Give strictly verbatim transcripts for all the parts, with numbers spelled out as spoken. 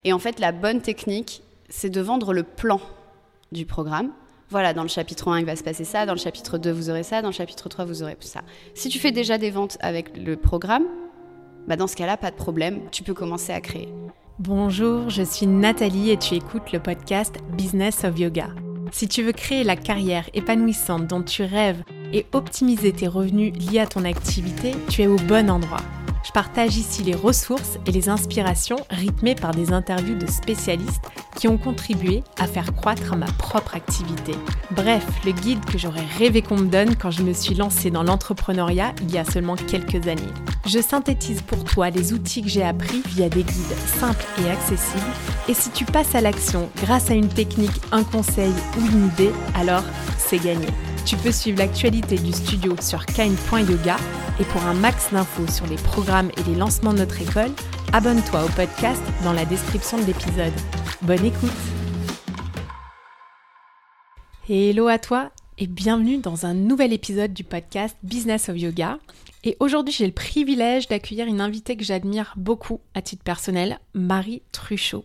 Et en fait, la bonne technique, c'est de vendre le plan du programme. Voilà, dans le chapitre un, il va se passer ça, dans le chapitre deux, vous aurez ça, dans le chapitre trois, vous aurez ça. Si tu fais déjà des ventes avec le programme, bah dans ce cas-là, pas de problème, tu peux commencer à créer. Bonjour, je suis Nathalie et tu écoutes le podcast Business of Yoga. Si tu veux créer la carrière épanouissante dont tu rêves et optimiser tes revenus liés à ton activité, tu es au bon endroit. Je partage ici les ressources et les inspirations rythmées par des interviews de spécialistes qui ont contribué à faire croître ma propre activité. Bref, le guide que j'aurais rêvé qu'on me donne quand je me suis lancée dans l'entrepreneuriat il y a seulement quelques années. Je synthétise pour toi les outils que j'ai appris via des guides simples et accessibles. Et si tu passes à l'action grâce à une technique, un conseil ou une idée, alors c'est gagné. Tu peux suivre l'actualité du studio sur kind point yoga et pour un max d'infos sur les programmes et les lancements de notre école, abonne-toi au podcast dans la description de l'épisode. Bonne écoute! Et hello à toi et bienvenue dans un nouvel épisode du podcast Business of Yoga. Et aujourd'hui, j'ai le privilège d'accueillir une invitée que j'admire beaucoup à titre personnel, Marie Truchot.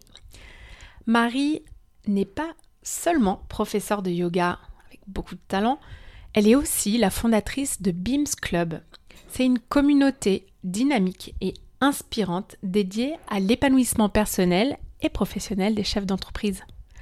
Marie n'est pas seulement professeure de yoga avec beaucoup de talent, elle est aussi la fondatrice de Beams Club. C'est une communauté dynamique et inspirante dédiée à l'épanouissement personnel et professionnel des chefs d'entreprise.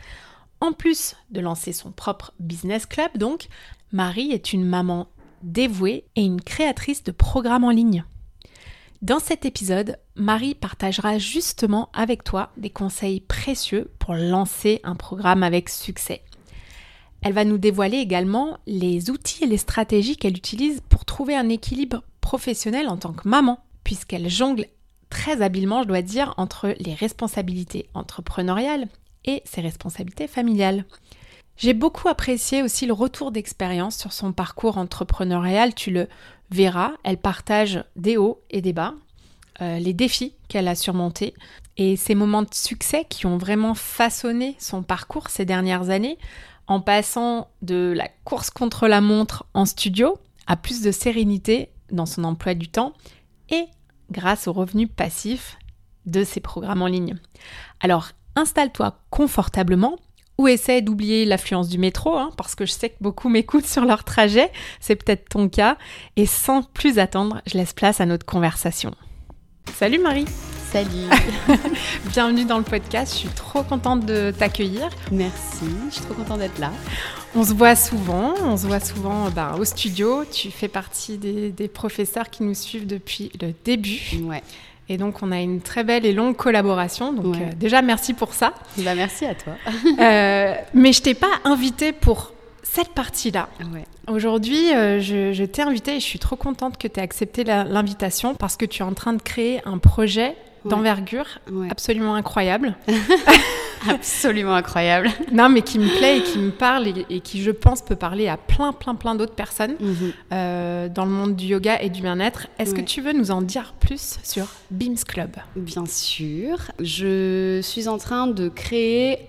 En plus de lancer son propre business club, donc, Marie est une maman dévouée et une créatrice de programmes en ligne. Dans cet épisode, Marie partagera justement avec toi des conseils précieux pour lancer un programme avec succès. Elle va nous dévoiler également les outils et les stratégies qu'elle utilise pour trouver un équilibre professionnel en tant que maman, puisqu'elle jongle très habilement, je dois dire, entre les responsabilités entrepreneuriales et ses responsabilités familiales. J'ai beaucoup apprécié aussi le retour d'expérience sur son parcours entrepreneurial, tu le verras, elle partage des hauts et des bas, euh, les défis qu'elle a surmontés et ces moments de succès qui ont vraiment façonné son parcours ces dernières années, en passant de la course contre la montre en studio à plus de sérénité dans son emploi du temps et grâce aux revenus passifs de ses programmes en ligne. Alors, installe-toi confortablement ou essaie d'oublier l'affluence du métro, hein, parce que je sais que beaucoup m'écoutent sur leur trajet, c'est peut-être ton cas, et sans plus attendre, je laisse place à notre conversation. Salut Marie! Salut! Bienvenue dans le podcast, je suis trop contente de t'accueillir. Merci, je suis trop contente d'être là. On se voit souvent, on se voit souvent ben, au studio, tu fais partie des, des professeurs qui nous suivent depuis le début. Ouais. Et donc, on a une très belle et longue collaboration. Donc, ouais. euh, déjà, merci pour ça. Bah, merci à toi. euh, mais je ne t'ai pas invitée pour cette partie-là. Ouais. Aujourd'hui, euh, je, je t'ai invitée et je suis trop contente que tu aies accepté la, l'invitation parce que tu es en train de créer un projet ouais. d'envergure ouais. absolument incroyable. Absolument incroyable. Non, mais qui me plaît et qui me parle et, et qui, je pense, peut parler à plein, plein, plein d'autres personnes mm-hmm. euh, dans le monde du yoga et du bien-être. Est-ce ouais. que tu veux nous en dire plus sur Beams Club ? Bien sûr. Je suis en train de créer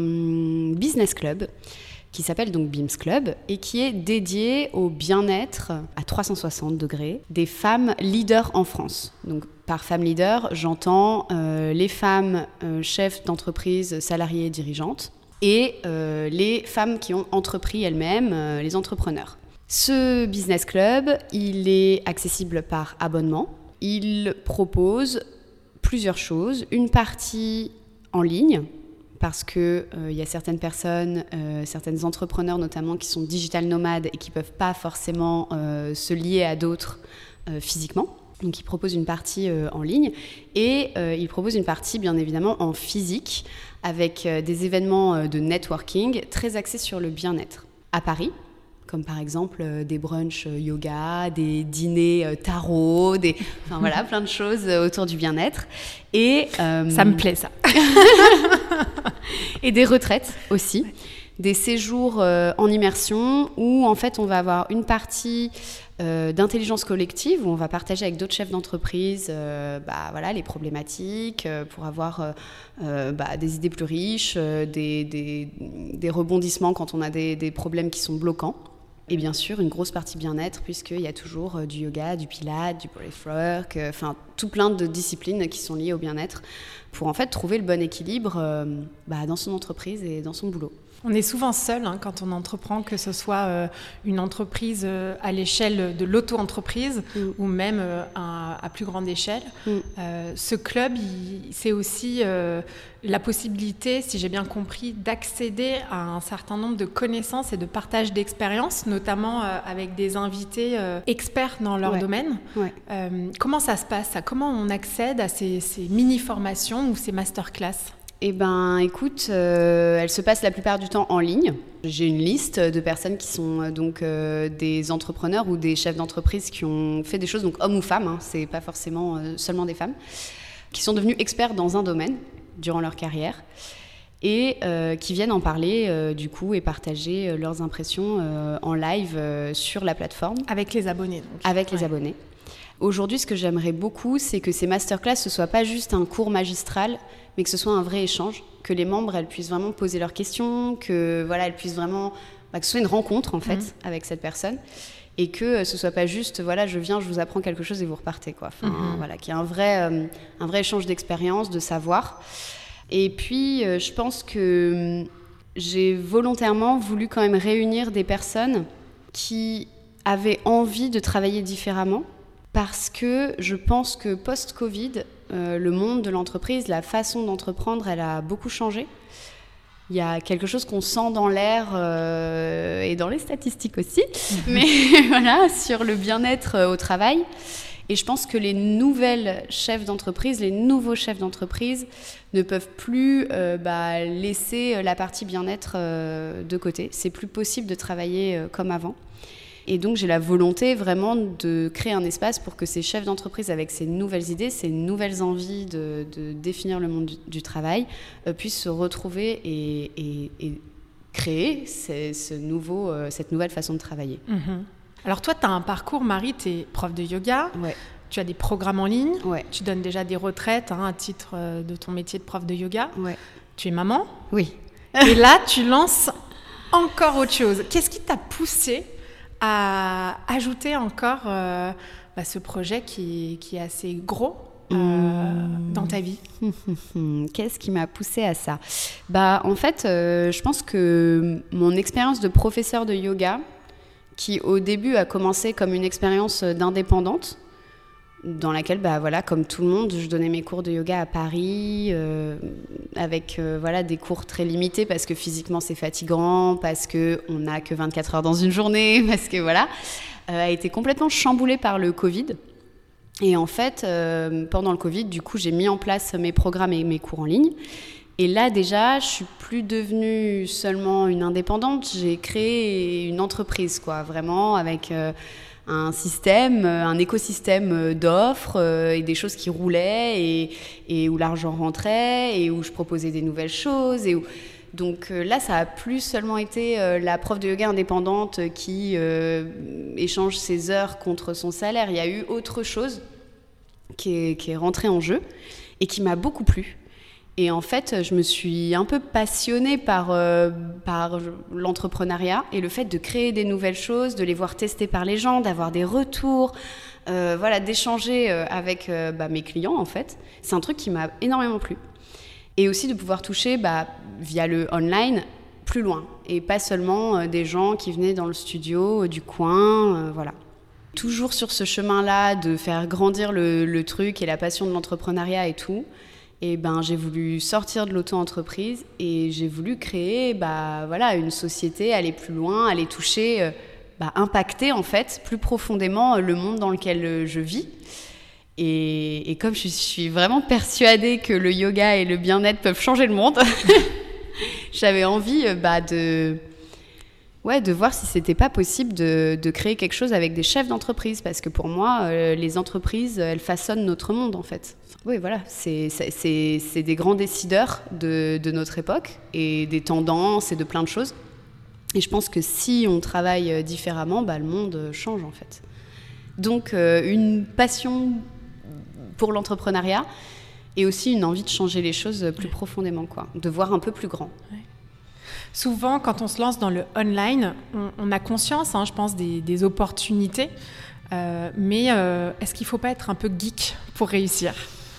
un business club qui s'appelle donc Beams Club et qui est dédié au bien-être à trois cent soixante degrés des femmes leaders en France. Donc, par femmes leaders, j'entends euh, les femmes euh, chefs d'entreprise, salariées et dirigeantes et euh, les femmes qui ont entrepris elles-mêmes, euh, les entrepreneurs. Ce business club, il est accessible par abonnement. Il propose plusieurs choses. Une partie en ligne, parce qu'il euh, y a certaines personnes, euh, certaines entrepreneurs notamment, qui sont digital nomades et qui ne peuvent pas forcément euh, se lier à d'autres euh, physiquement. Donc, il propose une partie euh, en ligne et euh, il propose une partie, bien évidemment, en physique avec euh, des événements euh, de networking très axés sur le bien-être. À Paris, comme par exemple euh, des brunchs euh, yoga, des dîners euh, tarot, des... enfin voilà, plein de choses euh, autour du bien-être. Et, euh... ça me plaît, ça. Et des retraites aussi. Des séjours euh, en immersion où en fait on va avoir une partie euh, d'intelligence collective où on va partager avec d'autres chefs d'entreprise euh, bah, voilà, les problématiques euh, pour avoir euh, euh, bah, des idées plus riches, euh, des, des, des rebondissements quand on a des, des problèmes qui sont bloquants. Et bien sûr, une grosse partie bien-être, puisqu'il y a toujours euh, du yoga, du pilates, du breathwork, enfin, euh, tout plein de disciplines qui sont liées au bien-être pour en fait trouver le bon équilibre euh, bah, dans son entreprise et dans son boulot. On est souvent seul hein, quand on entreprend, que ce soit euh, une entreprise euh, à l'échelle de l'auto-entreprise mm. ou même euh, à, à plus grande échelle. Mm. Euh, ce club, il, c'est aussi euh, la possibilité, si j'ai bien compris, d'accéder à un certain nombre de connaissances et de partage d'expériences, notamment euh, avec des invités euh, experts dans leur ouais. domaine. Ouais. Euh, comment ça se passe ça ? Comment on accède à ces, ces mini-formations ou ces masterclass ? Eh ben, écoute, euh, elle se passe la plupart du temps en ligne. J'ai une liste de personnes qui sont euh, donc euh, des entrepreneurs ou des chefs d'entreprise qui ont fait des choses, donc hommes ou femmes, hein, c'est pas forcément euh, seulement des femmes, qui sont devenus experts dans un domaine durant leur carrière et euh, qui viennent en parler euh, du coup et partager euh, leurs impressions euh, en live euh, sur la plateforme. Avec les abonnés donc. Avec ouais. les abonnés. Aujourd'hui, ce que j'aimerais beaucoup, c'est que ces masterclass, ce ne soit pas juste un cours magistral, mais que ce soit un vrai échange, que les membres, elles puissent vraiment poser leurs questions, que voilà, elles puissent vraiment, bah, que ce soit une rencontre en fait mmh. avec cette personne, et que ce soit pas juste, voilà, je viens, je vous apprends quelque chose et vous repartez quoi. Enfin, mmh. voilà, qu'il y ait un vrai, euh, un vrai échange d'expérience, de savoir. Et puis, euh, je pense que j'ai volontairement voulu quand même réunir des personnes qui avaient envie de travailler différemment. Parce que je pense que post-Covid, euh, le monde de l'entreprise, la façon d'entreprendre, elle a beaucoup changé. Il y a quelque chose qu'on sent dans l'air euh, et dans les statistiques aussi, mmh. mais voilà, sur le bien-être euh, au travail. Et je pense que les nouvelles chefs d'entreprise, les nouveaux chefs d'entreprise ne peuvent plus euh, bah, laisser la partie bien-être euh, de côté. C'est plus possible de travailler euh, comme avant. Et donc, j'ai la volonté vraiment de créer un espace pour que ces chefs d'entreprise, avec ces nouvelles idées, ces nouvelles envies de, de définir le monde du, du travail, euh, puissent se retrouver et, et, et créer ces, ce nouveau, euh, cette nouvelle façon de travailler. Mmh. Alors toi, tu as un parcours, Marie, tu es prof de yoga, ouais. tu as des programmes en ligne, ouais. tu donnes déjà des retraites hein, à titre euh, de ton métier de prof de yoga, ouais. tu es maman. Oui. Et là, tu lances encore autre chose. Qu'est-ce qui t'a poussé à ajouter encore euh, bah, ce projet qui, qui est assez gros euh, mmh. dans ta vie? Qu'est-ce qui m'a poussée à ça? Bah, en fait, euh, je pense que mon expérience de professeur de yoga, qui au début a commencé comme une expérience d'indépendante, dans laquelle, bah, voilà, comme tout le monde, je donnais mes cours de yoga à Paris, euh, avec euh, voilà, des cours très limités, parce que physiquement c'est fatigant, parce qu'on n'a que vingt-quatre heures dans une journée, parce que voilà, euh, a été complètement chamboulée par le Covid. Et en fait, euh, pendant le Covid, du coup, j'ai mis en place mes programmes et mes cours en ligne. Et là, déjà, je suis plus devenue seulement une indépendante, j'ai créé une entreprise, quoi, vraiment, avec... Euh, un système, un écosystème d'offres euh, et des choses qui roulaient et, et où l'argent rentrait et où je proposais des nouvelles choses. Et où... Donc euh, là, ça a plus seulement été euh, la prof de yoga indépendante qui euh, échange ses heures contre son salaire. Il y a eu autre chose qui est, qui est rentrée en jeu et qui m'a beaucoup plu. Et en fait, je me suis un peu passionnée par, euh, par l'entrepreneuriat et le fait de créer des nouvelles choses, de les voir testées par les gens, d'avoir des retours, euh, voilà, d'échanger avec euh, bah, mes clients, en fait. C'est un truc qui m'a énormément plu. Et aussi de pouvoir toucher, bah, via le online, plus loin. Et pas seulement euh, des gens qui venaient dans le studio euh, du coin, euh, voilà. Toujours sur ce chemin-là de faire grandir le, le truc et la passion de l'entrepreneuriat et tout. Et ben, j'ai voulu sortir de l'auto-entreprise et j'ai voulu créer bah, voilà, une société, aller plus loin, aller toucher, euh, bah, impacter en fait plus profondément le monde dans lequel je vis. Et, et comme je suis vraiment persuadée que le yoga et le bien-être peuvent changer le monde, j'avais envie bah, de, ouais, de voir si c'était pas possible de, de créer quelque chose avec des chefs d'entreprise. Parce que pour moi, euh, les entreprises, elles façonnent notre monde en fait. Oui, voilà, c'est, c'est, c'est, c'est des grands décideurs de, de notre époque et des tendances et de plein de choses. Et je pense que si on travaille différemment, bah, le monde change en fait. Donc, euh, une passion pour l'entrepreneuriat et aussi une envie de changer les choses plus profondément, quoi, de voir un peu plus grand. Ouais. Souvent, quand on se lance dans le online, on, on a conscience, hein, je pense, des, des opportunités. Euh, mais euh, est-ce qu'il ne faut pas être un peu geek pour réussir ?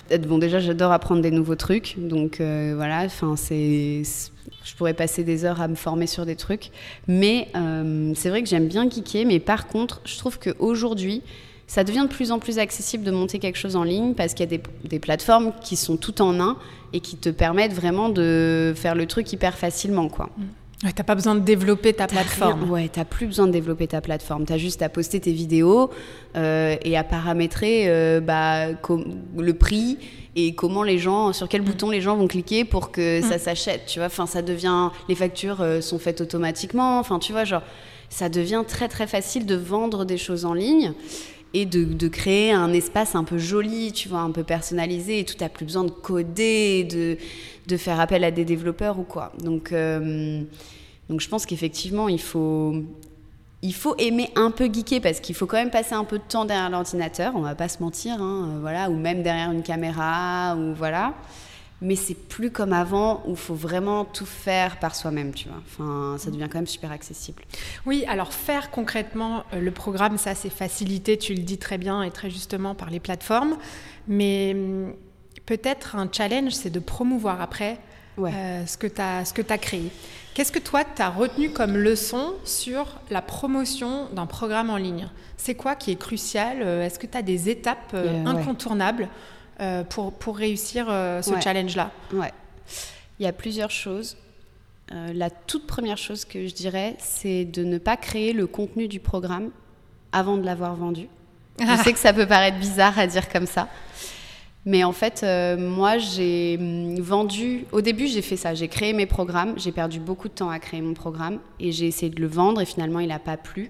Bon, déjà, j'adore apprendre des nouveaux trucs, donc euh, voilà, enfin, c'est, c'est, je pourrais passer des heures à me former sur des trucs, mais euh, c'est vrai que j'aime bien geeker, mais par contre, je trouve qu'aujourd'hui, ça devient de plus en plus accessible de monter quelque chose en ligne parce qu'il y a des, des plateformes qui sont tout en un et qui te permettent vraiment de faire le truc hyper facilement, quoi. Ouais, t'as pas besoin de développer ta t'as plateforme. Rien, ouais, t'as plus besoin de développer ta plateforme. T'as juste à poster tes vidéos euh, et à paramétrer euh, bah, com- le prix et comment les gens, sur quel mmh. bouton les gens vont cliquer pour que mmh. ça s'achète. Tu vois, enfin, ça devient, les factures euh, sont faites automatiquement. Enfin, tu vois, genre, ça devient très très facile de vendre des choses en ligne et de, de créer un espace un peu joli, tu vois, un peu personnalisé. Et tout, t'as plus besoin de coder, de de faire appel à des développeurs ou quoi. Donc, euh, donc je pense qu'effectivement, il faut, il faut aimer un peu geeker parce qu'il faut quand même passer un peu de temps derrière l'ordinateur, on va pas se mentir, hein, voilà, ou même derrière une caméra, ou voilà. Mais c'est plus comme avant où il faut vraiment tout faire par soi-même, tu vois. Enfin, ça devient quand même super accessible. Oui, alors faire concrètement euh, le programme, ça c'est facilité, tu le dis très bien et très justement par les plateformes. Mais peut-être un challenge, c'est de promouvoir après ouais. euh, ce que tu as ce que tu as créé. Qu'est-ce que toi, tu as retenu comme leçon sur la promotion d'un programme en ligne ? C'est quoi qui est crucial ? Est-ce que tu as des étapes euh, euh, incontournables ouais. euh, pour, pour réussir euh, ce ouais. challenge-là ? Ouais. Il y a plusieurs choses. Euh, la toute première chose que je dirais, c'est de ne pas créer le contenu du programme avant de l'avoir vendu. Je sais que ça peut paraître bizarre à dire comme ça. Mais en fait, euh, moi, j'ai vendu... Au début, j'ai fait ça. J'ai créé mes programmes. J'ai perdu beaucoup de temps à créer mon programme. Et j'ai essayé de le vendre. Et finalement, il n'a pas plu.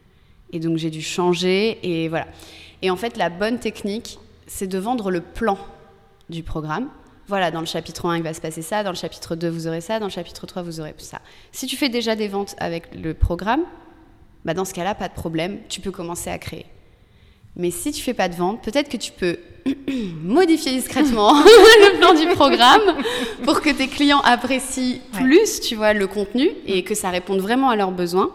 Et donc, j'ai dû changer. Et voilà. Et en fait, la bonne technique, c'est de vendre le plan du programme. Voilà, dans le chapitre un, il va se passer ça. Dans le chapitre deux, vous aurez ça. Dans le chapitre trois, vous aurez ça. Si tu fais déjà des ventes avec le programme, bah dans ce cas-là, pas de problème. Tu peux commencer à créer. Mais si tu fais pas de vente, peut-être que tu peux modifier discrètement le plan du programme pour que tes clients apprécient plus, ouais. tu vois, le contenu et que ça réponde vraiment à leurs besoins.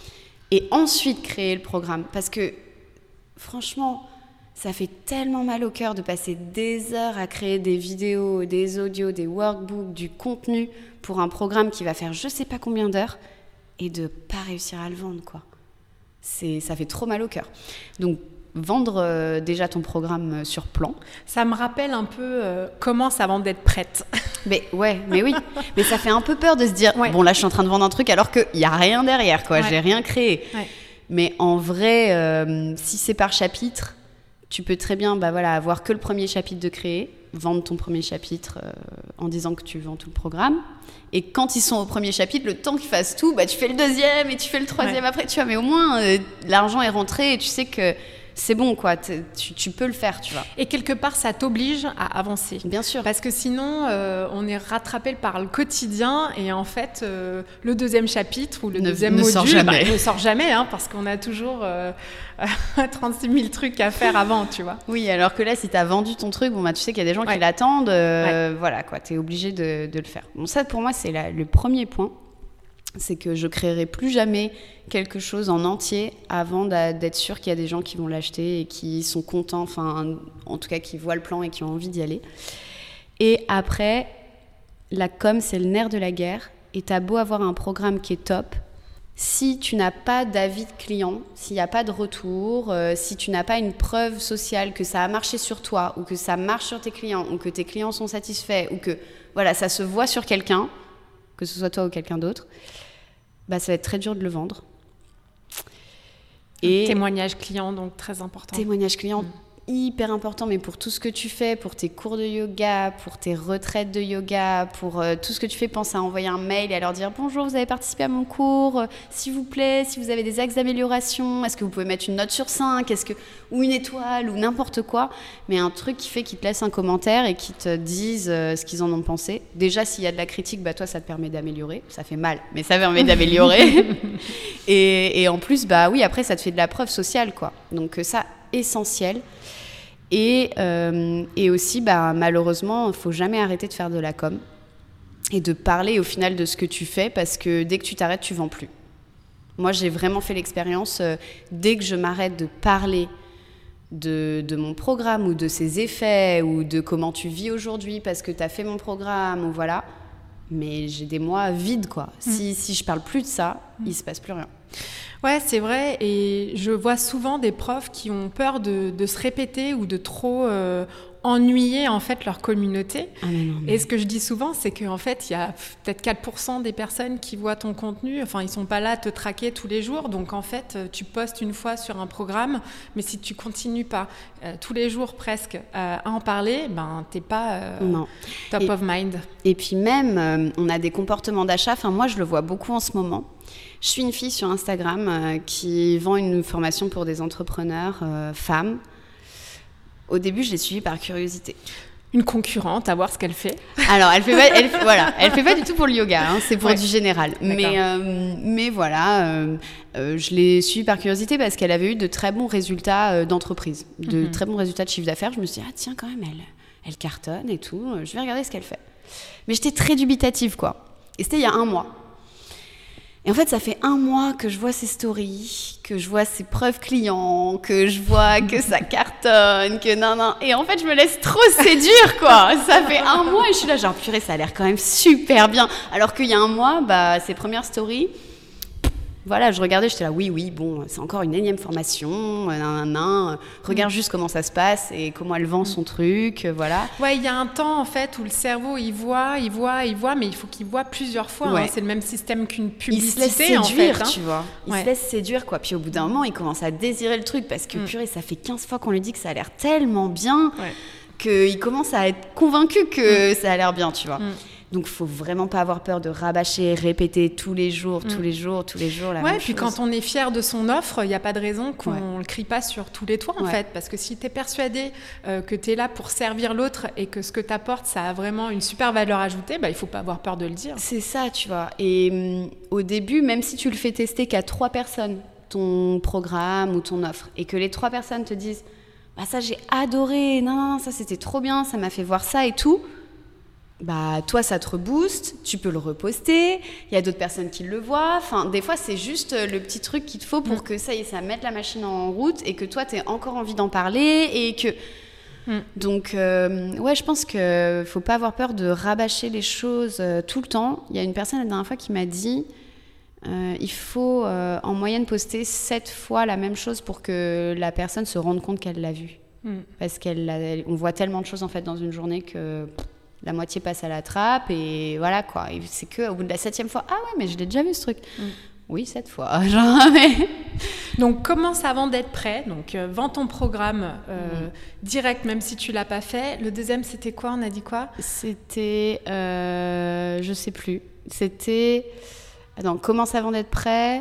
Et ensuite créer le programme. Parce que, franchement, ça fait tellement mal au cœur de passer des heures à créer des vidéos, des audios, des workbooks, du contenu pour un programme qui va faire je sais pas combien d'heures et de pas réussir à le vendre, quoi. C'est, ça fait trop mal au cœur. Donc, vendre euh, déjà ton programme sur plan. Ça me rappelle un peu euh, commence avant d'être prête. Mais ouais, mais oui. Mais ça fait un peu peur de se dire, ouais. bon là je suis en train de vendre un truc alors qu'il n'y a rien derrière, quoi. Ouais. J'ai rien créé. Ouais. Mais en vrai, euh, si c'est par chapitre, tu peux très bien bah, voilà, avoir que le premier chapitre de créer, vendre ton premier chapitre euh, en disant que tu vends tout le programme. Et quand ils sont au premier chapitre, le temps qu'ils fassent tout, bah, tu fais le deuxième et tu fais le troisième ouais. après. Tu vois, mais au moins, euh, l'argent est rentré et tu sais que c'est bon, quoi. Tu, tu peux le faire, tu vois. Et quelque part, ça t'oblige à avancer. Bien sûr. Parce que sinon, euh, on est rattrapé par le quotidien et en fait, euh, le deuxième chapitre ou le ne, deuxième ne module sort jamais. Bah, ne sort jamais, hein, parce qu'on a toujours euh, trente-six mille trucs à faire avant, tu vois. Oui, alors que là, si tu as vendu ton truc, bon, bah, tu sais qu'il y a des gens ouais. qui l'attendent. Euh, ouais. Voilà, quoi. Tu es obligé de, de le faire. Bon, ça, pour moi, c'est la, le premier point. C'est que je créerai plus jamais quelque chose en entier avant d'être sûre qu'il y a des gens qui vont l'acheter et qui sont contents, enfin, en tout cas, qui voient le plan et qui ont envie d'y aller. Et après, la com, c'est le nerf de la guerre. Et t'as beau avoir un programme qui est top, si tu n'as pas d'avis de client, s'il n'y a pas de retour, euh, si tu n'as pas une preuve sociale que ça a marché sur toi ou que ça marche sur tes clients ou que tes clients sont satisfaits ou que voilà, ça se voit sur quelqu'un, que ce soit toi ou quelqu'un d'autre, bah, ça va être très dur de le vendre. Et témoignage client, donc très important. Témoignage client, mmh. hyper important, mais pour tout ce que tu fais, pour tes cours de yoga, pour tes retraites de yoga, pour euh, tout ce que tu fais, pense à envoyer un mail et à leur dire « Bonjour, vous avez participé à mon cours, euh, s'il vous plaît, si vous avez des axes d'amélioration, est-ce que vous pouvez mettre une note sur cinq, est-ce que... ou une étoile, ou n'importe quoi, mais un truc qui fait qu'ils te laissent un commentaire et qu'ils te disent euh, ce qu'ils en ont pensé. Déjà, s'il y a de la critique, bah, toi, ça te permet d'améliorer. Ça fait mal, mais ça permet d'améliorer. et, et en plus, bah oui, après, ça te fait de la preuve sociale, quoi. Donc ça, essentiel. Et, euh, et aussi, bah, malheureusement, il ne faut jamais arrêter de faire de la com et de parler au final de ce que tu fais parce que dès que tu t'arrêtes, tu ne vends plus. Moi, j'ai vraiment fait l'expérience, euh, dès que je m'arrête de parler de, de mon programme ou de ses effets ou de comment tu vis aujourd'hui parce que tu as fait mon programme ou voilà. Mais j'ai des mois vides, quoi. Mm. Si, si je parle plus de ça, mm. il se passe plus rien. Ouais, c'est vrai. Et je vois souvent des profs qui ont peur de, de se répéter ou de trop euh, ennuyer en fait leur communauté. Ah, mais non, mais... Et ce que je dis souvent, c'est qu'en fait, il y a peut-être quatre pour cent des personnes qui voient ton contenu. Enfin, ils sont pas là à te traquer tous les jours. Donc, en fait, tu postes une fois sur un programme, mais si tu continues pas euh, tous les jours presque euh, à en parler, ben, t'es pas euh, non. top et, of mind. Et puis même, euh, on a des comportements d'achat. Enfin, moi, je le vois beaucoup en ce moment. Je suis une fille sur Instagram euh, qui vend une formation pour des entrepreneurs euh, femmes. Au début, je l'ai suivie par curiosité. Une concurrente, à voir ce qu'elle fait. Alors, elle fait pas, elle, voilà, elle fait pas du tout pour le yoga, hein, c'est pour ouais. du général. Mais, euh, mais voilà, euh, euh, je l'ai suivie par curiosité parce qu'elle avait eu de très bons résultats euh, d'entreprise, de mm-hmm. très bons résultats de chiffre d'affaires. Je me suis dit, ah tiens, quand même, elle, elle cartonne et tout, je vais regarder ce qu'elle fait. Mais j'étais très dubitative, quoi. Et c'était il y a un mois. Et en fait, ça fait un mois que je vois ses stories, que je vois ses preuves clients, que je vois que ça cartonne, que nan nan. Et en fait, je me laisse trop séduire, quoi. Ça fait un mois et je suis là, genre, purée, ça a l'air quand même super bien. Alors qu'il y a un mois, bah, ses premières stories, voilà, je regardais, j'étais là, oui, oui, bon, c'est encore une énième formation, nan nan nan. Regarde juste comment ça se passe et comment elle vend son truc, voilà. Ouais, il y a un temps, en fait, où le cerveau, il voit, il voit, il voit, mais il faut qu'il voit plusieurs fois. Ouais. Hein. C'est le même système qu'une publicité, il se laisse séduire, en fait. Hein. Tu vois. Il ouais. se laisse séduire, quoi. Puis au bout d'un moment, il commence à désirer le truc parce que, mm. purée, ça fait quinze fois qu'on lui dit que ça a l'air tellement bien ouais. qu'il commence à être convaincu que mm. ça a l'air bien, tu vois. Mm. Donc, il ne faut vraiment pas avoir peur de rabâcher, répéter tous les jours, tous les jours, tous les jours la ouais, même puis chose. Quand on est fier de son offre, il n'y a pas de raison qu'on ne ouais. le crie pas sur tous les toits, en ouais. fait. Parce que si tu es persuadé euh, que tu es là pour servir l'autre et que ce que tu apportes, ça a vraiment une super valeur ajoutée, bah, il ne faut pas avoir peur de le dire. C'est ça, tu vois. Et hum, au début, même si tu le fais tester qu'à trois personnes, ton programme ou ton offre, et que les trois personnes te disent bah, « ça, j'ai adoré, non, non, ça, c'était trop bien, ça m'a fait voir ça et tout », bah toi ça te rebooste, tu peux le reposter, il y a d'autres personnes qui le voient, enfin des fois c'est juste le petit truc qu'il te faut pour mm. que ça y est, ça mette la machine en route et que toi t'aies encore envie d'en parler et que mm. donc euh, ouais je pense que faut pas avoir peur de rabâcher les choses euh, tout le temps. Il y a une personne la dernière fois qui m'a dit euh, il faut euh, en moyenne poster sept fois la même chose pour que la personne se rende compte qu'elle l'a vu mm. parce qu'elle elle, on voit tellement de choses en fait dans une journée que pff, la moitié passe à la trappe et voilà quoi. Et c'est qu'au bout de la septième fois, ah ouais, mais je l'ai déjà vu ce truc. Mm. Oui, sept fois. Genre, mais... Donc commence avant d'être prêt. Donc euh, vends ton programme euh, mm. direct, même si tu l'as pas fait. Le deuxième, c'était quoi ? On a dit quoi ? C'était, euh, je sais plus. C'était, attends, commence avant d'être prêt.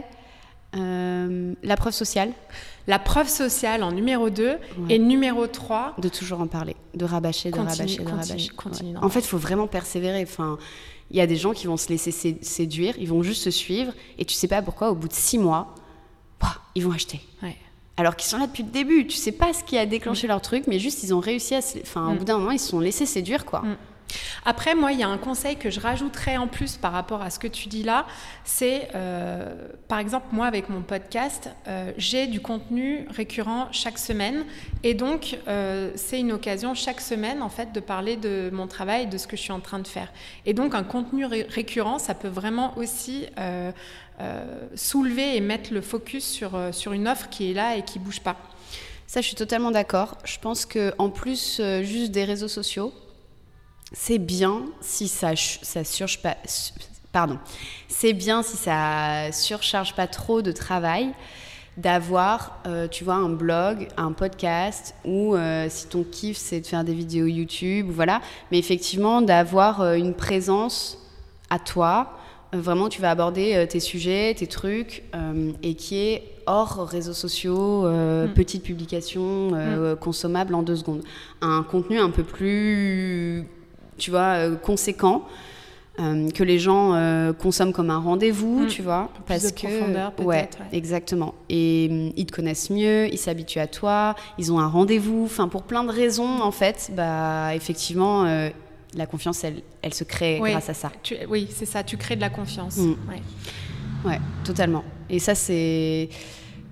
Euh, la preuve sociale. La preuve sociale en numéro deux. Ouais. Et numéro trois... De toujours en parler, de rabâcher, de continue, rabâcher, de continue, rabâcher. Continue, ouais. En fait, il faut vraiment persévérer. Enfin, il y a des gens qui vont se laisser séduire, ils vont juste se suivre, et tu sais pas pourquoi, au bout de six mois, bah, ils vont acheter. Ouais. Alors qu'ils sont là depuis le début. Tu sais pas ce qui a déclenché mmh. leur truc, mais juste, ils ont réussi à... Se... Enfin, mmh. au bout d'un moment, ils se sont laissés séduire, quoi. Mmh. Après, moi, il y a un conseil que je rajouterais en plus par rapport à ce que tu dis là, c'est, euh, par exemple, moi, avec mon podcast, euh, j'ai du contenu récurrent chaque semaine et donc, euh, c'est une occasion chaque semaine, en fait, de parler de mon travail, de ce que je suis en train de faire. Et donc, un contenu ré- récurrent, ça peut vraiment aussi euh, euh, soulever et mettre le focus sur, euh, sur une offre qui est là et qui ne bouge pas. Ça, je suis totalement d'accord. Je pense qu'en plus, euh, juste des réseaux sociaux, c'est bien si ça, ça surcharge pas, pardon, c'est bien si ça surcharge pas trop de travail d'avoir, euh, tu vois, un blog, un podcast ou euh, si ton kiff c'est de faire des vidéos YouTube, voilà. Mais effectivement d'avoir euh, une présence à toi, euh, vraiment tu vas aborder euh, tes sujets, tes trucs euh, et qui est hors réseaux sociaux, euh, mmh. petites publications euh, mmh. consommables en deux secondes. Un contenu un peu plus tu vois, euh, conséquent, euh, que les gens euh, consomment comme un rendez-vous, mmh. tu vois, plus parce de que profondeur, peut-être, ouais, ouais, exactement. Et euh, ils te connaissent mieux, ils s'habituent à toi, ils ont un rendez-vous. Enfin, pour plein de raisons, en fait, bah, effectivement, euh, la confiance, elle, elle se crée oui, grâce à ça. Tu, oui, c'est ça. Tu crées de la confiance. Mmh. Ouais. ouais, totalement. Et ça, c'est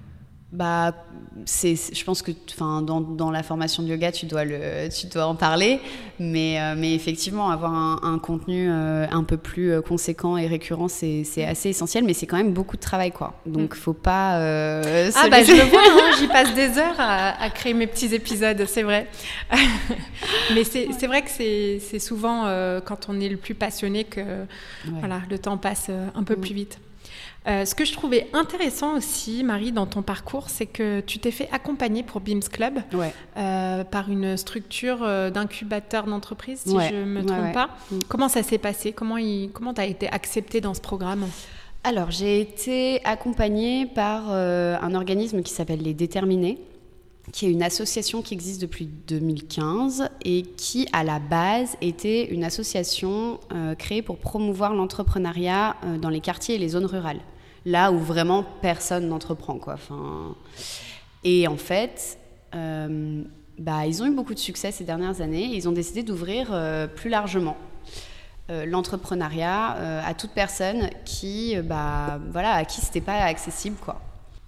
Bah, c'est, c'est, je pense que dans, dans la formation de yoga, tu dois, le, tu dois en parler, mais, euh, mais effectivement, avoir un, un contenu euh, un peu plus conséquent et récurrent, c'est, c'est assez essentiel, mais c'est quand même beaucoup de travail, quoi. Donc, faut pas euh, Ah, se bah, laisser... je le vois, hein, j'y passe des heures à, à créer mes petits épisodes, c'est vrai. Mais c'est, c'est vrai que c'est, c'est souvent euh, quand on est le plus passionné que ouais. voilà, le temps passe un peu mmh. plus vite. Euh, ce que je trouvais intéressant aussi, Marie, dans ton parcours, c'est que tu t'es fait accompagner pour Beams Club ouais. euh, par une structure euh, d'incubateur d'entreprise, si ouais. je ne me trompe ouais, ouais. pas. Mm. Comment ça s'est passé ? Comment tu comment as été acceptée dans ce programme ? Alors, j'ai été accompagnée par euh, un organisme qui s'appelle Les Déterminés, qui est une association qui existe depuis deux mille quinze et qui, à la base, était une association euh, créée pour promouvoir l'entrepreneuriat euh, dans les quartiers et les zones rurales, là où vraiment personne n'entreprend, quoi. Enfin, et en fait, euh, bah, ils ont eu beaucoup de succès ces dernières années et ils ont décidé d'ouvrir euh, plus largement euh, l'entrepreneuriat euh, à toute personne qui, bah, voilà, à qui c'était pas accessible, quoi.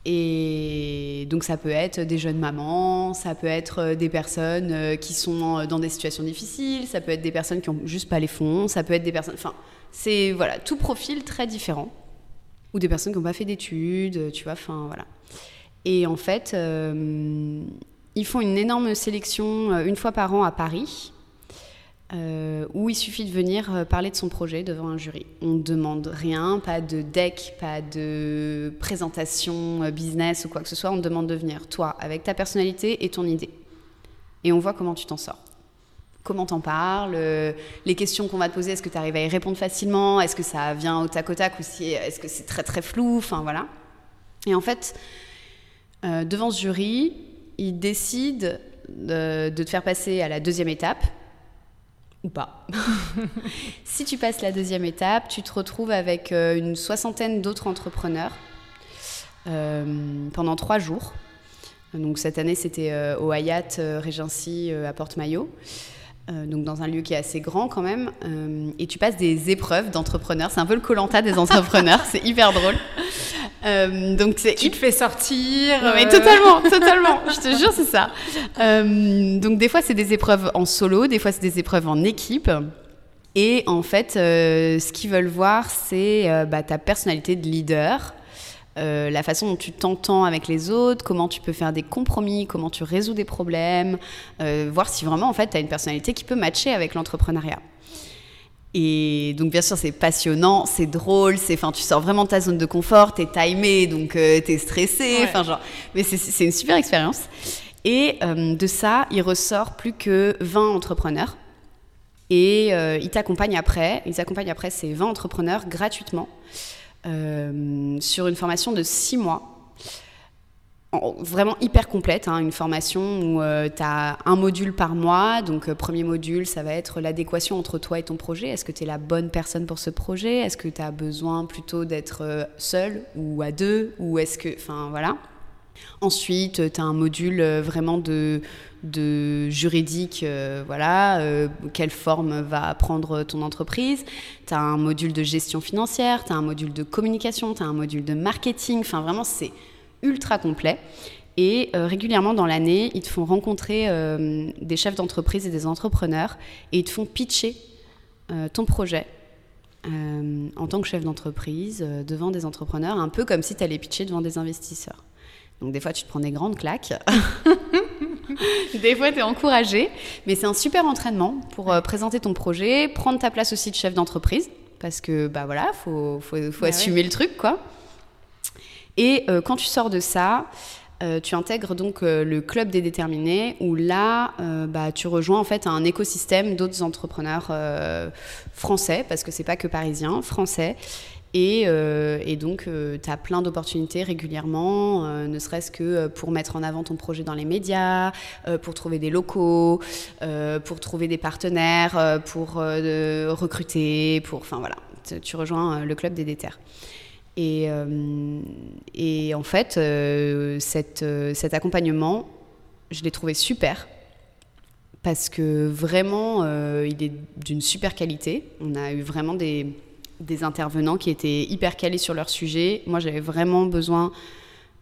Et donc ça peut être des jeunes mamans, ça peut être des personnes qui sont dans des situations difficiles, ça peut être des personnes qui n'ont juste pas les fonds, ça peut être des personnes... Enfin, c'est voilà, tout profil très différent. Ou des personnes qui n'ont pas fait d'études, tu vois, enfin voilà. Et en fait, euh, ils font une énorme sélection une fois par an à Paris, Euh, où il suffit de venir parler de son projet devant un jury. On ne demande rien, pas de deck, pas de présentation business ou quoi que ce soit, on te demande de venir, toi, avec ta personnalité et ton idée. Et on voit comment tu t'en sors. Comment t'en parles, euh, les questions qu'on va te poser, est-ce que tu arrives à y répondre facilement, est-ce que ça vient au tac au tac ou si, est-ce que c'est très très flou, enfin voilà. Et en fait, euh, devant ce jury, ils décident de, de te faire passer à la deuxième étape, ou pas. Si tu passes la deuxième étape, tu te retrouves avec euh, une soixantaine d'autres entrepreneurs euh, pendant trois jours. Donc cette année, c'était euh, au Hyatt euh, Regency euh, à Porte-Maillot, euh, donc dans un lieu qui est assez grand quand même. Euh, et tu passes des épreuves d'entrepreneurs. C'est un peu le Koh-Lanta des entrepreneurs. C'est hyper drôle. Euh, donc c'est tu te fais sortir non, mais totalement totalement je te jure c'est ça euh, donc des fois c'est des épreuves en solo, des fois c'est des épreuves en équipe et en fait euh, ce qu'ils veulent voir c'est euh, bah, ta personnalité de leader, euh, la façon dont tu t'entends avec les autres, comment tu peux faire des compromis, comment tu résous des problèmes, euh, voir si vraiment en fait tu as une personnalité qui peut matcher avec l'entrepreneuriat. Et donc bien sûr c'est passionnant, c'est drôle, c'est, enfin tu sors vraiment de ta zone de confort, t'es timé donc euh, t'es stressé, enfin ouais. genre, mais c'est, c'est une super expérience. Et euh, de ça il ressort plus que vingt entrepreneurs et euh, ils t'accompagnent après, ils accompagnent après ces vingt entrepreneurs gratuitement euh, sur une formation de six mois. Vraiment hyper complète, hein, une formation où euh, tu as un module par mois. Donc, euh, premier module, ça va être l'adéquation entre toi et ton projet. Est-ce que tu es la bonne personne pour ce projet ? Est-ce que tu as besoin plutôt d'être euh, seul ou à deux ? Ou est-ce que... Enfin, voilà. Ensuite, tu as un module euh, vraiment de, de juridique. Euh, voilà. Euh, quelle forme va prendre ton entreprise ? Tu as un module de gestion financière, tu as un module de communication, tu as un module de marketing. Enfin, vraiment, c'est ultra complet et euh, régulièrement dans l'année ils te font rencontrer euh, des chefs d'entreprise et des entrepreneurs et ils te font pitcher euh, ton projet euh, en tant que chef d'entreprise euh, devant des entrepreneurs, un peu comme si tu allais pitcher devant des investisseurs. Donc des fois tu te prends des grandes claques des fois tu es encouragé, mais c'est un super entraînement pour euh, présenter ton projet, prendre ta place aussi de chef d'entreprise parce que bah voilà, faut, faut, faut bah assumer ouais. le truc quoi. Et euh, quand tu sors de ça, euh, tu intègres donc euh, le club des déterminés où là, euh, bah, tu rejoins en fait un écosystème d'autres entrepreneurs euh, français, parce que c'est pas que parisiens, français. Et, euh, et donc, euh, tu as plein d'opportunités régulièrement, euh, ne serait-ce que pour mettre en avant ton projet dans les médias, euh, pour trouver des locaux, euh, pour trouver des partenaires, euh, pour euh, recruter, pour, enfin voilà, tu, tu rejoins euh, le club des déter. Et, euh, et en fait, euh, cette, euh, cet accompagnement, je l'ai trouvé super parce que vraiment, euh, il est d'une super qualité. On a eu vraiment des, des intervenants qui étaient hyper calés sur leur sujet. Moi, j'avais vraiment besoin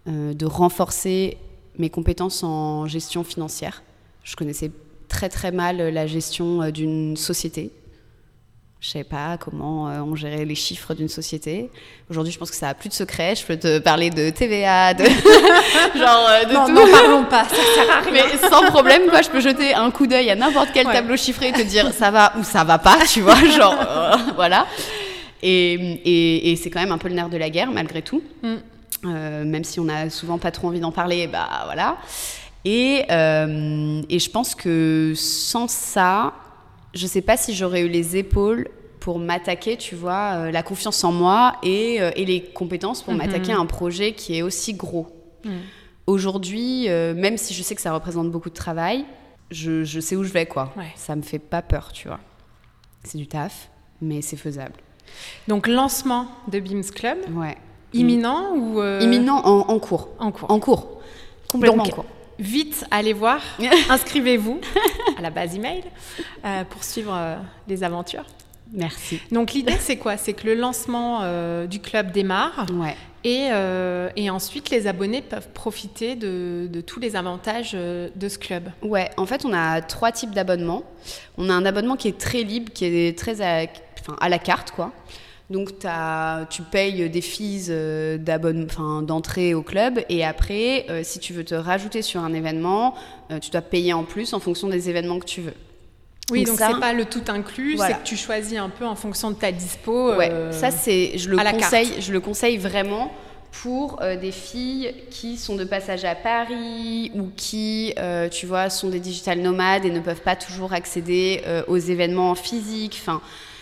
euh, de renforcer mes compétences en gestion financière. Je connaissais très très mal la gestion euh, d'une société. Je ne savais pas comment euh, on gérait les chiffres d'une société. Aujourd'hui, je pense que ça n'a plus de secret. Je peux te parler de T V A, de genre euh, de non, tout. Non, n'en parlons pas, ça sert à rien. Mais sans problème, quoi, je peux jeter un coup d'œil à n'importe quel ouais. tableau chiffré et te dire ça va ou ça va pas, tu vois, genre euh, voilà. Et, et, et c'est quand même un peu le nerf de la guerre, malgré tout. Mm. Euh, même si on n'a souvent pas trop envie d'en parler, bah voilà. Et, euh, et je pense que sans ça, je sais pas si j'aurais eu les épaules pour m'attaquer, tu vois, euh, la confiance en moi et, euh, et les compétences pour mm-hmm. m'attaquer à un projet qui est aussi gros. Mm. Aujourd'hui, euh, même si je sais que ça représente beaucoup de travail, je, je sais où je vais, quoi. Ouais. Ça me fait pas peur, tu vois. C'est du taf, mais c'est faisable. Donc, lancement de Beams Club. Ouais. Imminent ou... Euh... Imminent en, en cours. En cours. En cours. Complètement Donc, en cours. Vite, allez voir, inscrivez-vous à la base email euh, pour suivre euh, les aventures. Merci. Donc l'idée c'est quoi ? C'est que le lancement euh, du club démarre ouais. et, euh, et ensuite les abonnés peuvent profiter de, de tous les avantages euh, de ce club. Ouais, en fait on a trois types d'abonnements. On a un abonnement qui est très libre, qui est très à, enfin, à la carte, quoi. Donc, t'as, tu payes des fees euh, d'entrée au club et après, euh, si tu veux te rajouter sur un événement, euh, tu dois payer en plus en fonction des événements que tu veux. Oui, donc, donc ça, c'est pas le tout inclus, voilà. C'est que tu choisis un peu en fonction de ta dispo. Euh, ouais, ça, c'est, je, le conseille, je le conseille vraiment pour euh, des filles qui sont de passage à Paris ou qui, euh, tu vois, sont des digital nomades et ne peuvent pas toujours accéder euh, aux événements physiques. Enfin,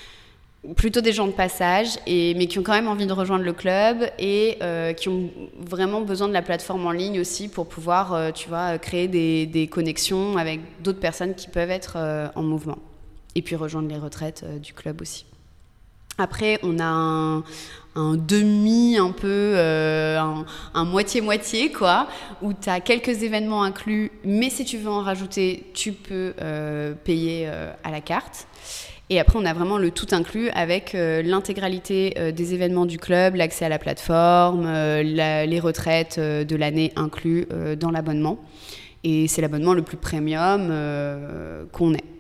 plutôt des gens de passage, et, mais qui ont quand même envie de rejoindre le club et euh, qui ont vraiment besoin de la plateforme en ligne aussi pour pouvoir, euh, tu vois, créer des, des connexions avec d'autres personnes qui peuvent être euh, en mouvement. Et puis rejoindre les retraites euh, du club aussi. Après, on a un, un demi, un peu, euh, un, un moitié-moitié, quoi, où tu as quelques événements inclus, mais si tu veux en rajouter, tu peux euh, payer euh, à la carte. Et après, on a vraiment le tout inclus avec euh, l'intégralité euh, des événements du club, l'accès à la plateforme, euh, la, les retraites euh, de l'année inclus euh, dans l'abonnement. Et c'est l'abonnement le plus premium euh, qu'on ait.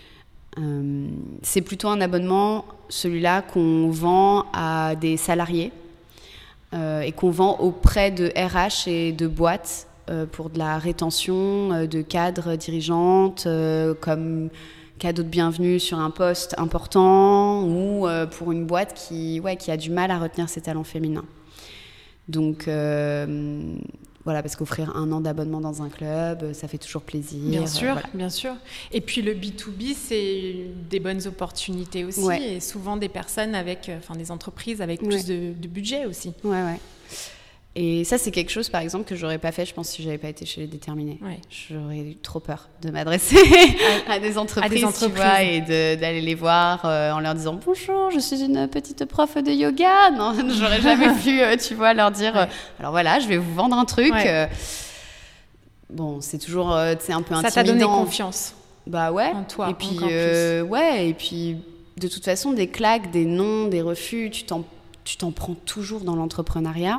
Euh, c'est plutôt un abonnement, celui-là, qu'on vend à des salariés euh, et qu'on vend auprès de R H et de boîtes euh, pour de la rétention euh, de cadres dirigeantes euh, comme... cadeau de bienvenue sur un poste important ou euh, pour une boîte qui, ouais, qui a du mal à retenir ses talents féminins. Donc, euh, voilà, parce qu'offrir un an d'abonnement dans un club, ça fait toujours plaisir. Bien sûr, euh, voilà. bien sûr. Et puis le B deux B, c'est des bonnes opportunités aussi, ouais. Et souvent des personnes avec, enfin des entreprises avec ouais. plus de, de budget aussi. Ouais, ouais. Et ça, c'est quelque chose, par exemple, que j'aurais pas fait, je pense, si j'avais pas été chez les Déterminés. Ouais. J'aurais eu trop peur de m'adresser à, des entreprises, à des entreprises, tu vois, et de, d'aller les voir euh, en leur disant « Bonjour, je suis une petite prof de yoga ». Non, j'aurais jamais pu, euh, tu vois, leur dire ouais. euh, « Alors voilà, je vais vous vendre un truc ouais. ». Euh, bon, c'est toujours, euh, c'est un peu intimidant. Ça t'a donné confiance. Bah ouais. En toi, et puis, euh, ouais, et puis, de toute façon, des claques, des non, des refus, tu t'en, tu t'en prends toujours dans l'entrepreneuriat.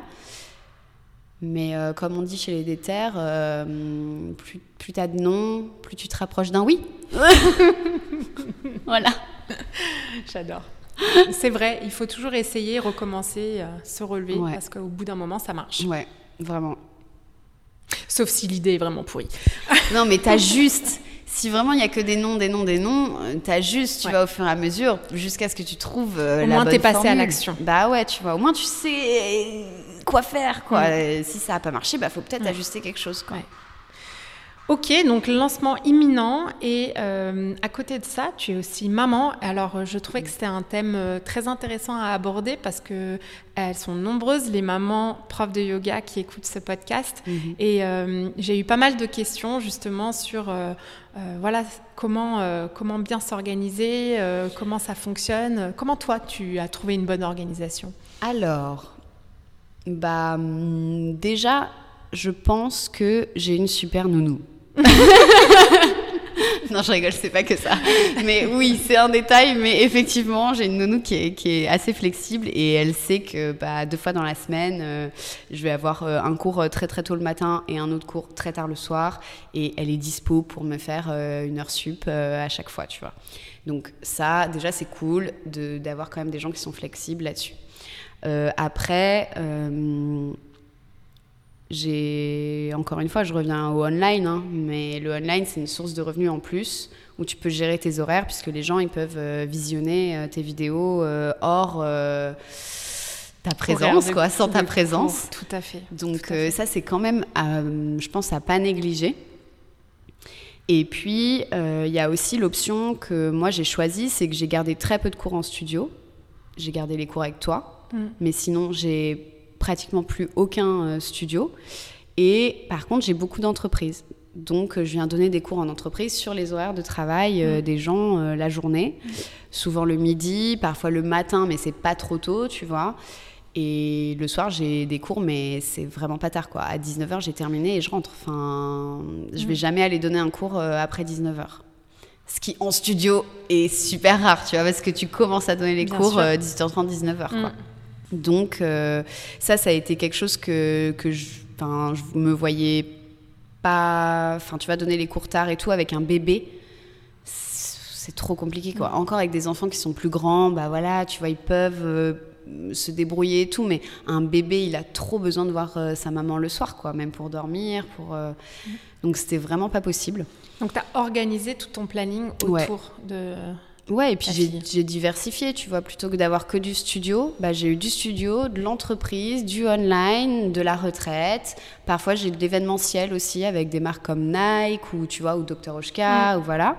Mais euh, comme on dit chez les déterres, euh, plus, plus tu as de non, plus tu te rapproches d'un oui. Voilà. J'adore. C'est vrai, il faut toujours essayer, recommencer, euh, se relever, ouais. Parce qu'au bout d'un moment, ça marche. Ouais, vraiment. Sauf si l'idée est vraiment pourrie. Non, mais t'as juste... Si vraiment il n'y a que des noms, des noms, des noms, t'as juste, tu ouais. vas au fur et à mesure jusqu'à ce que tu trouves euh, la bonne formule. Au moins, t'es passé à l'action. Bah ouais, tu vois, au moins tu sais quoi faire, quoi. Mmh. Si ça n'a pas marché, bah faut peut-être mmh. ajuster quelque chose, quoi. Ouais. Ok, donc lancement imminent et euh, à côté de ça, tu es aussi maman. Alors, je trouvais que c'était un thème très intéressant à aborder parce que elles sont nombreuses, les mamans profs de yoga qui écoutent ce podcast. Mm-hmm. Et euh, j'ai eu pas mal de questions justement sur euh, euh, voilà, comment, euh, comment bien s'organiser, euh, comment ça fonctionne. Comment toi, tu as trouvé une bonne organisation ? Alors, bah, déjà, je pense que j'ai une super nounou. Non, je rigole, c'est pas que ça. Mais oui, c'est un détail, mais effectivement, j'ai une nounou qui est, qui est assez flexible et elle sait que bah, deux fois dans la semaine, euh, je vais avoir euh, un cours très très tôt le matin et un autre cours très tard le soir et elle est dispo pour me faire euh, une heure sup euh, à chaque fois, tu vois. Donc ça, déjà, c'est cool de, d'avoir quand même des gens qui sont flexibles là-dessus. Euh, après... Euh, J'ai, encore une fois, je reviens au online, hein, mais le online, c'est une source de revenus en plus où tu peux gérer tes horaires puisque les gens, ils peuvent euh, visionner euh, tes vidéos euh, hors euh, ta présence, quoi, sans ta présence. Cours. Tout à fait. Donc à fait. Euh, ça, c'est quand même, euh, je pense, à pas négliger. Et puis, il euh, y a aussi l'option que moi, j'ai choisie, c'est que j'ai gardé très peu de cours en studio. J'ai gardé les cours avec toi, mm. mais sinon, j'ai pratiquement plus aucun euh, studio. Et par contre, j'ai beaucoup d'entreprises. Donc, euh, je viens donner des cours en entreprise sur les horaires de travail euh, mmh. des gens euh, la journée. Mmh. Souvent le midi, parfois le matin, mais c'est pas trop tôt, tu vois. Et le soir, j'ai des cours, mais c'est vraiment pas tard, quoi. À dix-neuf heures, j'ai terminé et je rentre. Enfin, mmh. je vais jamais aller donner un cours euh, après dix-neuf heures. Ce qui, en studio, est super rare, tu vois, parce que tu commences à donner les Bien cours euh, dix-huit heures trente, dix-neuf heures, quoi. Donc euh, ça, ça a été quelque chose que, que je, je me voyais pas... Enfin, tu vas donner les cours tard et tout avec un bébé, c'est trop compliqué, quoi. Mmh. Encore avec des enfants qui sont plus grands, bah voilà, tu vois, ils peuvent euh, se débrouiller et tout, mais un bébé, il a trop besoin de voir euh, sa maman le soir, quoi, même pour dormir, pour... Euh... Mmh. Donc c'était vraiment pas possible. Donc tu as organisé tout ton planning autour ouais. de... Ouais, et puis j'ai, j'ai diversifié, tu vois, plutôt que d'avoir que du studio, bah, j'ai eu du studio, de l'entreprise, du online, de la retraite. Parfois, j'ai de l'événementiel aussi avec des marques comme Nike ou, tu vois, ou docteur Oshka, mmh. ou voilà.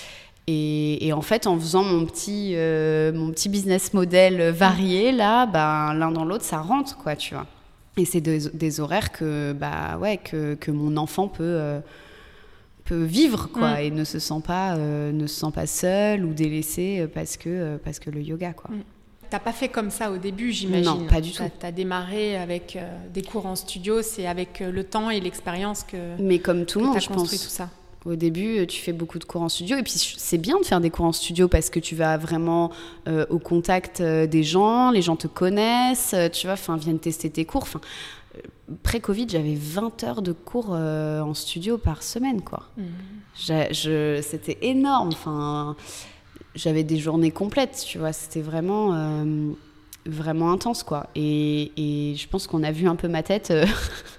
Et, et en fait, en faisant mon petit, euh, mon petit business model varié, là, bah, l'un dans l'autre, ça rentre, quoi, tu vois. Et c'est des, des horaires que, bah, ouais, que, que mon enfant peut... Euh, peut vivre, quoi, mmh. et ne se sent pas euh, ne se sent pas seul ou délaissé parce que euh, parce que le yoga, quoi. Mmh. T'as pas fait comme ça au début, j'imagine. Non, pas du tout. T'as, t'as démarré avec euh, des cours en studio, c'est avec euh, le temps et l'expérience que. Mais comme tout le monde, t'as je construit pense. Tout ça. Au début, tu fais beaucoup de cours en studio et puis c'est bien de faire des cours en studio parce que tu vas vraiment euh, au contact euh, des gens, les gens te connaissent, euh, tu vois, enfin viennent tester tes cours. Enfin, pré-Covid, j'avais vingt heures de cours euh, en studio par semaine, quoi. Mmh. Je, je, c'était énorme. Enfin, j'avais des journées complètes, tu vois. C'était vraiment, euh, vraiment intense, quoi. Et, et je pense qu'on a vu un peu ma tête euh,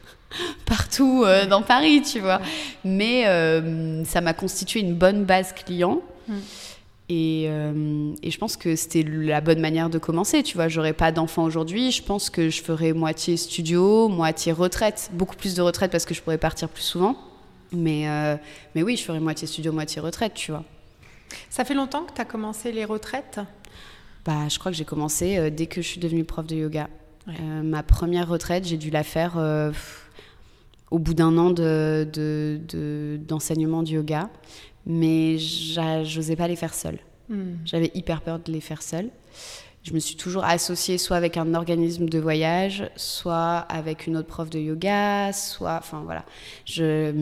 partout euh, dans Paris, tu vois. Mais euh, ça m'a constitué une bonne base client. Mmh. Et, euh, et je pense que c'était la bonne manière de commencer, tu vois. J'aurais pas d'enfant aujourd'hui, je pense que je ferais moitié studio, moitié retraite, beaucoup plus de retraite parce que je pourrais partir plus souvent. Mais, euh, mais oui, je ferais moitié studio, moitié retraite, tu vois. Ça fait longtemps que tu as commencé les retraites ? Bah, je crois que j'ai commencé euh, dès que je suis devenue prof de yoga. Ouais. Euh, ma première retraite, j'ai dû la faire euh, pff, au bout d'un an de, de, de, d'enseignement du yoga. Mais j'osais pas les faire seule. Mmh. J'avais hyper peur de les faire seule. Je me suis toujours associée soit avec un organisme de voyage, soit avec une autre prof de yoga, soit... Enfin, voilà. Je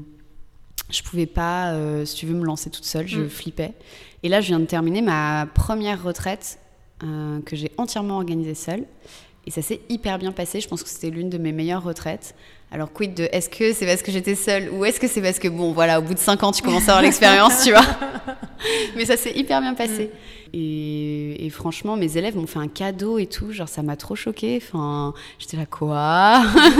je pouvais pas, euh, si tu veux, me lancer toute seule. Je mmh. flippais. Et là, je viens de terminer ma première retraite euh, que j'ai entièrement organisée seule. Et ça s'est hyper bien passé. Je pense que c'était l'une de mes meilleures retraites. Alors, quid de est-ce que c'est parce que j'étais seule ou est-ce que c'est parce que, bon, voilà, au bout de cinq ans, tu commences à avoir l'expérience, tu vois. Mais ça s'est hyper bien passé. Mm. Et, et franchement, mes élèves m'ont fait un cadeau et tout. Genre, ça m'a trop choquée. Enfin, j'étais là, quoi.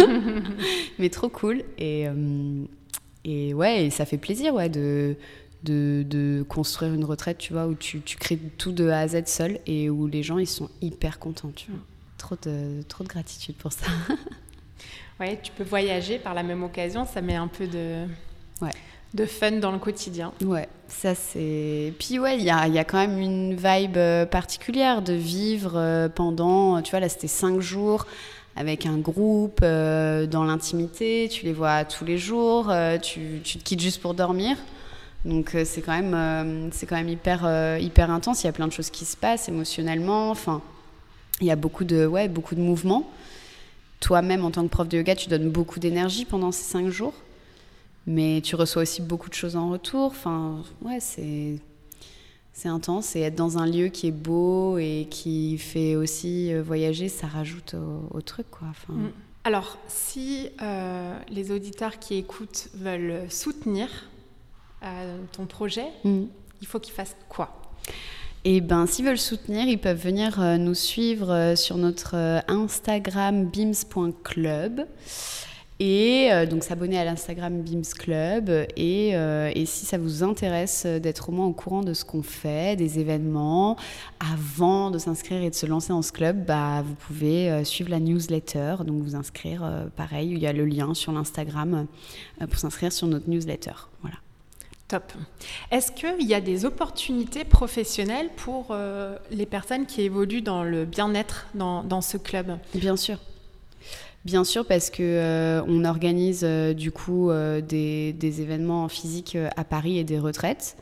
Mais trop cool. Et, euh, et ouais, et ça fait plaisir, ouais, de, de, de construire une retraite, tu vois, où tu, tu crées tout de A à Z seul et où les gens, ils sont hyper contents, tu vois. Trop de, trop de gratitude pour ça. Ouais, tu peux voyager par la même occasion, ça met un peu de, ouais. de fun dans le quotidien. Ouais, ça c'est... Puis ouais, il y a, y a quand même une vibe particulière de vivre pendant... Tu vois, là c'était cinq jours avec un groupe euh, dans l'intimité, tu les vois tous les jours, euh, tu, tu te quittes juste pour dormir. Donc euh, c'est quand même, euh, c'est quand même hyper, euh, hyper intense, il y a plein de choses qui se passent émotionnellement, enfin, il y a beaucoup de, ouais, beaucoup de mouvements. Toi-même, en tant que prof de yoga, tu donnes beaucoup d'énergie pendant ces cinq jours. mais tu reçois aussi beaucoup de choses en retour. Enfin, ouais, c'est, c'est intense. Et être dans un lieu qui est beau et qui fait aussi voyager, ça rajoute au, au truc, quoi. Enfin... Mm. Alors, si euh, les auditeurs qui écoutent veulent soutenir euh, ton projet, mm. il faut qu'ils fassent quoi ? Et ben, s'ils veulent soutenir, ils peuvent venir euh, nous suivre euh, sur notre euh, Instagram beams point club et euh, donc s'abonner à l'Instagram Beams Club. Et, euh, et si ça vous intéresse d'être au moins au courant de ce qu'on fait, des événements, avant de s'inscrire et de se lancer dans ce club, bah, vous pouvez euh, suivre la newsletter, donc vous inscrire. Euh, pareil, il y a le lien sur l'Instagram euh, pour s'inscrire sur notre newsletter. Voilà. Top. Est-ce qu'il y a des opportunités professionnelles pour euh, les personnes qui évoluent dans le bien-être dans, dans ce club ? Bien sûr. Bien sûr, parce qu'on euh, organise euh, du coup euh, des, des événements physiques à Paris et des retraites.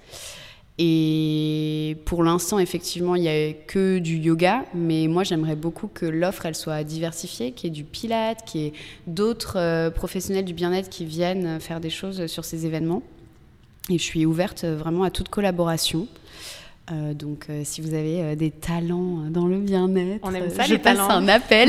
Et pour l'instant, effectivement, il n'y a que du yoga, mais moi, j'aimerais beaucoup que l'offre, elle soit diversifiée, qu'il y ait du pilates, qu'il y ait d'autres euh, professionnels du bien-être qui viennent faire des choses sur ces événements. Et je suis ouverte vraiment à toute collaboration. Euh, donc, euh, si vous avez euh, des talents dans le bien-être, on aime ça, je les passe talents. un appel.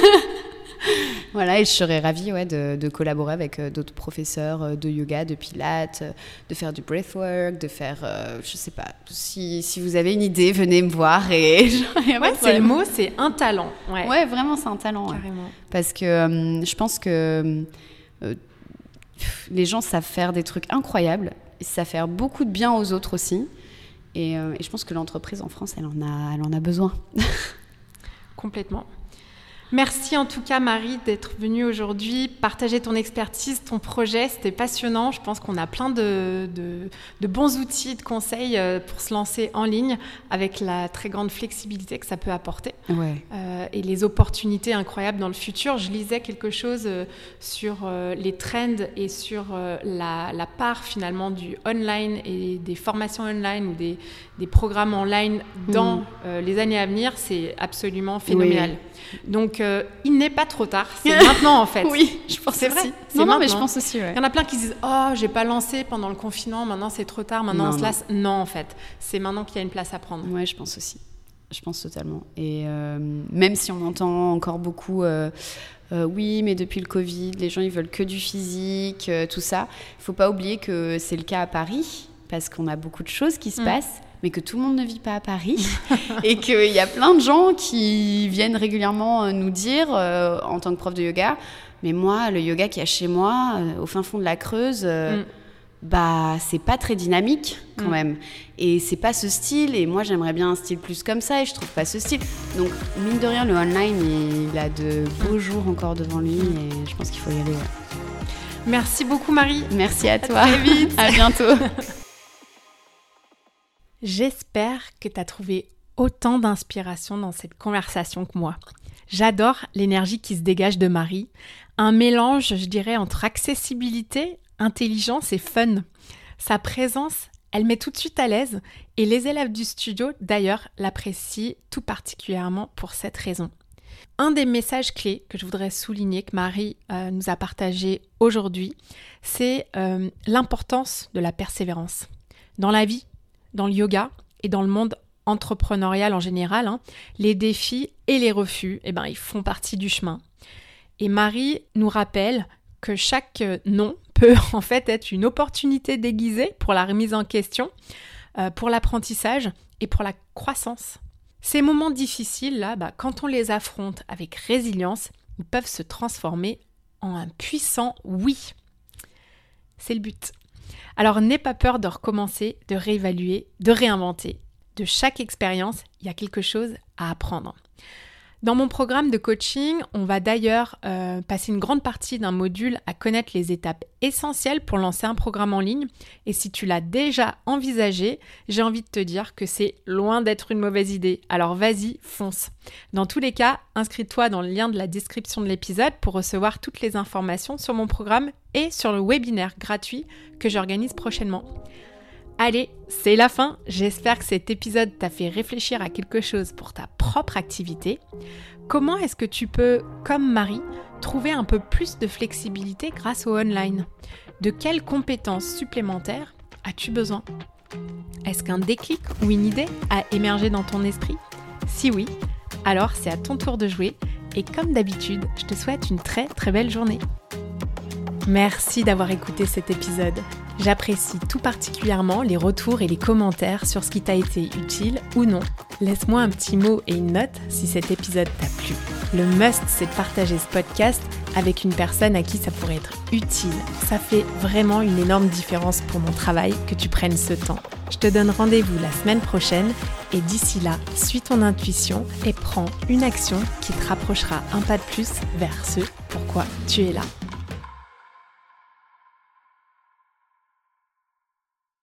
Voilà, et je serais ravie ouais, de, de collaborer avec euh, d'autres professeurs euh, de yoga, de pilates, euh, de faire du breathwork, de faire, euh, je sais pas, si, si vous avez une idée, venez me voir. Et ouais, c'est le mot, c'est un talent. Ouais, ouais vraiment, c'est un talent. Carrément. Ouais. Parce que euh, je pense que euh, les gens savent faire des trucs incroyables. Ça fait beaucoup de bien aux autres aussi. Et, euh, et je pense que l'entreprise en France, elle en a, elle en a besoin. Complètement. Merci en tout cas Marie d'être venue aujourd'hui, partager ton expertise, ton projet, c'était passionnant. Je pense qu'on a plein de, de, de bons outils, de conseils pour se lancer en ligne avec la très grande flexibilité que ça peut apporter ouais. euh, et les opportunités incroyables dans le futur. Je lisais quelque chose sur euh, les trends et sur euh, la, la part finalement du online et des formations online ou des, des programmes online dans mmh. euh, les années à venir, c'est absolument phénoménal. Oui. Donc, euh, il n'est pas trop tard. C'est maintenant, en fait. Oui, je pense c'est aussi. vrai. Non, c'est non, maintenant. mais je pense aussi, ouais. Il y en a plein qui disent « Oh, j'ai pas lancé pendant le confinement, maintenant c'est trop tard, maintenant non, on se non. lasse. » Non, en fait. C'est maintenant qu'il y a une place à prendre. Ouais, je pense aussi. Je pense totalement. Et euh, même si on entend encore beaucoup... Euh, Euh, oui, mais depuis le Covid, les gens, ils veulent que du physique, euh, tout ça. Il ne faut pas oublier que c'est le cas à Paris, parce qu'on a beaucoup de choses qui se mmh. passent, mais que tout le monde ne vit pas à Paris. Et qu'il y a plein de gens qui viennent régulièrement nous dire, euh, en tant que prof de yoga, mais moi, le yoga qu'il y a chez moi, euh, au fin fond de la Creuse... Euh, mmh. bah c'est pas très dynamique quand mmh. même et c'est pas ce style et moi j'aimerais bien un style plus comme ça et je trouve pas ce style, donc mine de rien le online il a de beaux jours encore devant lui et je pense qu'il faut y aller. Ouais. Merci beaucoup Marie. Merci à toi. À très vite. À bientôt. J'espère que tu as trouvé autant d'inspiration dans cette conversation que moi. J'adore l'énergie qui se dégage de Marie, un mélange je dirais entre accessibilité, intelligence et fun. Sa présence, elle met tout de suite à l'aise et les élèves du studio, d'ailleurs, l'apprécient tout particulièrement pour cette raison. Un des messages clés que je voudrais souligner que Marie euh, nous a partagé aujourd'hui, c'est euh, l'importance de la persévérance. Dans la vie, dans le yoga et dans le monde entrepreneurial en général, hein, les défis et les refus, eh ben, ils font partie du chemin. Et Marie nous rappelle que chaque non peut en fait être une opportunité déguisée pour la remise en question, euh, pour l'apprentissage et pour la croissance. Ces moments difficiles, là, bah, quand on les affronte avec résilience, ils peuvent se transformer en un puissant oui. C'est le but. Alors n'aie pas peur de recommencer, de réévaluer, de réinventer. De chaque expérience, il y a quelque chose à apprendre. Dans mon programme de coaching, on va d'ailleurs euh, passer une grande partie d'un module à connaître les étapes essentielles pour lancer un programme en ligne. Et si tu l'as déjà envisagé, j'ai envie de te dire que c'est loin d'être une mauvaise idée. Alors vas-y, fonce. Dans tous les cas, inscris-toi dans le lien de la description de l'épisode pour recevoir toutes les informations sur mon programme et sur le webinaire gratuit que j'organise prochainement. Allez, c'est la fin. J'espère que cet épisode t'a fait réfléchir à quelque chose pour ta propre activité. Comment est-ce que tu peux, comme Marie, trouver un peu plus de flexibilité grâce au online ? De quelles compétences supplémentaires as-tu besoin ? Est-ce qu'un déclic ou une idée a émergé dans ton esprit ? Si oui, alors c'est à ton tour de jouer et comme d'habitude, je te souhaite une très très belle journée. Merci d'avoir écouté cet épisode. J'apprécie tout particulièrement les retours et les commentaires sur ce qui t'a été utile ou non. Laisse-moi un petit mot et une note si cet épisode t'a plu. Le must, c'est de partager ce podcast avec une personne à qui ça pourrait être utile. Ça fait vraiment une énorme différence pour mon travail que tu prennes ce temps. Je te donne rendez-vous la semaine prochaine et d'ici là, suis ton intuition et prends une action qui te rapprochera un pas de plus vers ce pourquoi tu es là.